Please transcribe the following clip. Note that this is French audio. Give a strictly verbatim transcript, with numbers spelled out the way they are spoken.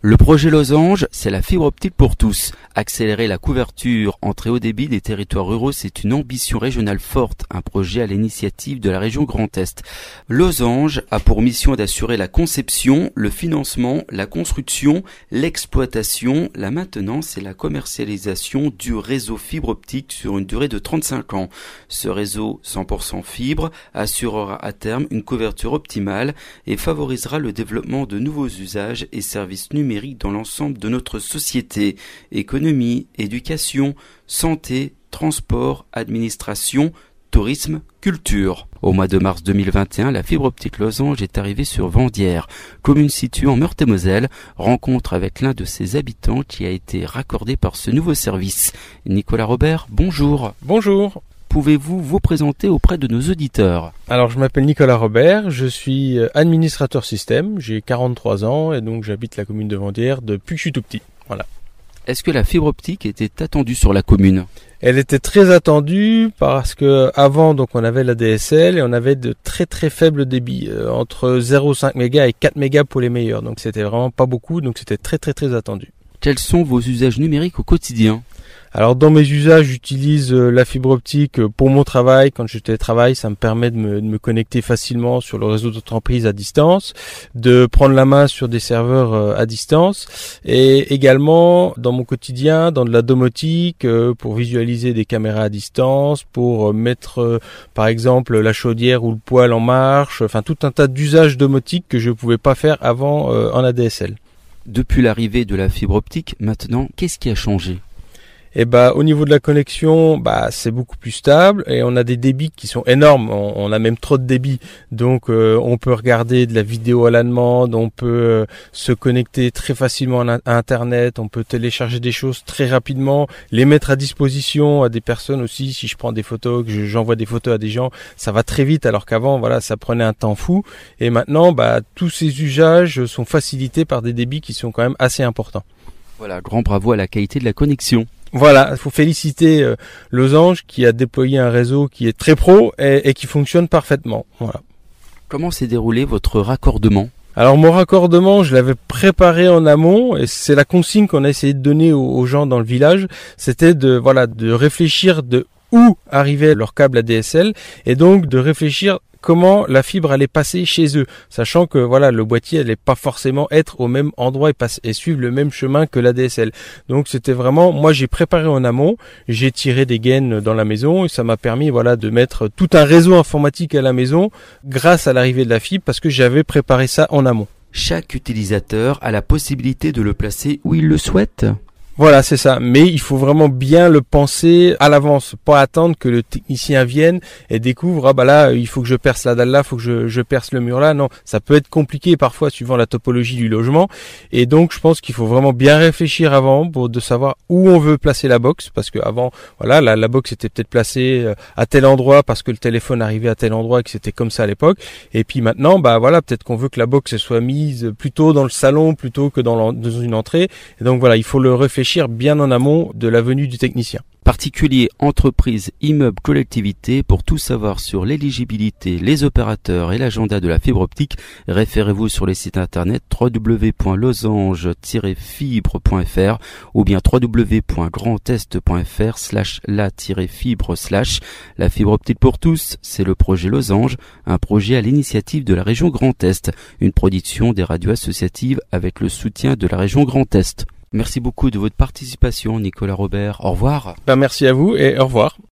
Le projet Losange, c'est la fibre optique pour tous. Accélérer la couverture en très haut débit des territoires ruraux, c'est une ambition régionale forte, un projet à l'initiative de la région Grand Est. Losange a pour mission d'assurer la conception, le financement, la construction, l'exploitation, la maintenance et la commercialisation du réseau fibre optique sur une durée de trente-cinq ans. Ce réseau cent pour cent fibre assurera à terme une couverture optimale et favorisera le développement de nouveaux usages et services numériques dans l'ensemble de notre société. Économie, éducation, santé, transport, administration, tourisme, culture. Au mois de mars deux mille vingt et un, la fibre optique Losange est arrivée sur Vendières, commune située en Meurthe-et-Moselle, rencontre avec l'un de ses habitants qui a été raccordé par ce nouveau service. Nicolas Robert, bonjour. Bonjour. Pouvez-vous vous présenter auprès de nos auditeurs? Alors, je m'appelle Nicolas Robert, je suis administrateur système, j'ai quarante-trois ans et donc j'habite la commune de Vendières depuis que je suis tout petit. Voilà. Est-ce que la fibre optique était attendue sur la commune? Elle était très attendue parce que avant donc on avait la D S L et on avait de très très faibles débits, euh, entre zéro virgule cinq mégas et quatre mégas pour les meilleurs. Donc c'était vraiment pas beaucoup, donc c'était très très très attendu. Quels sont vos usages numériques au quotidien? Alors dans mes usages, j'utilise la fibre optique pour mon travail. Quand je télétravaille, ça me permet de me, de me connecter facilement sur le réseau d'entreprise à distance, de prendre la main sur des serveurs à distance, et également dans mon quotidien, dans de la domotique, pour visualiser des caméras à distance, pour mettre par exemple la chaudière ou le poêle en marche, enfin tout un tas d'usages domotiques que je ne pouvais pas faire avant en A D S L. Depuis l'arrivée de la fibre optique, maintenant, qu'est-ce qui a changé? Et bah au niveau de la connexion, bah c'est beaucoup plus stable et on a des débits qui sont énormes. On, on a même trop de débit, donc euh, on peut regarder de la vidéo à la demande, on peut euh, se connecter très facilement à Internet, on peut télécharger des choses très rapidement, les mettre à disposition à des personnes aussi. Si je prends des photos, que j'envoie des photos à des gens, ça va très vite, alors qu'avant voilà ça prenait un temps fou. Et maintenant bah tous ces usages sont facilités par des débits qui sont quand même assez importants. Voilà, grand bravo à la qualité de la connexion. Voilà, il faut féliciter euh, Losange qui a déployé un réseau qui est très pro et, et qui fonctionne parfaitement. Voilà. Comment s'est déroulé votre raccordement? Alors mon raccordement, je l'avais préparé en amont et c'est la consigne qu'on a essayé de donner aux, aux gens dans le village, c'était de voilà de réfléchir de où arrivait leur câble A D S L et donc de réfléchir comment la fibre allait passer chez eux, sachant que voilà le boîtier allait pas forcément être au même endroit et, passe, et suivre le même chemin que l'A D S L. Donc c'était vraiment, moi j'ai préparé en amont, j'ai tiré des gaines dans la maison et ça m'a permis voilà de mettre tout un réseau informatique à la maison grâce à l'arrivée de la fibre parce que j'avais préparé ça en amont. Chaque utilisateur a la possibilité de le placer où il le souhaite. Voilà, c'est ça. Mais il faut vraiment bien le penser à l'avance, pas attendre que le technicien vienne et découvre, ah bah là, il faut que je perce la dalle là, il faut que je, je perce le mur là. Non, ça peut être compliqué parfois suivant la topologie du logement. Et donc, je pense qu'il faut vraiment bien réfléchir avant pour de savoir où on veut placer la box. Parce que avant, voilà, la, la box était peut-être placée à tel endroit parce que le téléphone arrivait à tel endroit et que c'était comme ça à l'époque. Et puis maintenant, bah voilà, peut-être qu'on veut que la box soit mise plutôt dans le salon plutôt que dans, dans une entrée. Et donc voilà, il faut le réfléchir bien en amont de la venue du technicien. Particuliers, entreprises, immeubles, collectivités, pour tout savoir sur l'éligibilité, les opérateurs et l'agenda de la fibre optique, référez-vous sur les sites internet w w w point losange tiret fibre point f r ou bien w w w point grandest point f r slash la tiret fibre slash la fibre optique pour tous. C'est le projet Losange, un projet à l'initiative de la région Grand Est, une production des radios associatives avec le soutien de la région Grand Est. Merci beaucoup de votre participation, Nicolas Robert. Au revoir. Ben merci à vous et au revoir.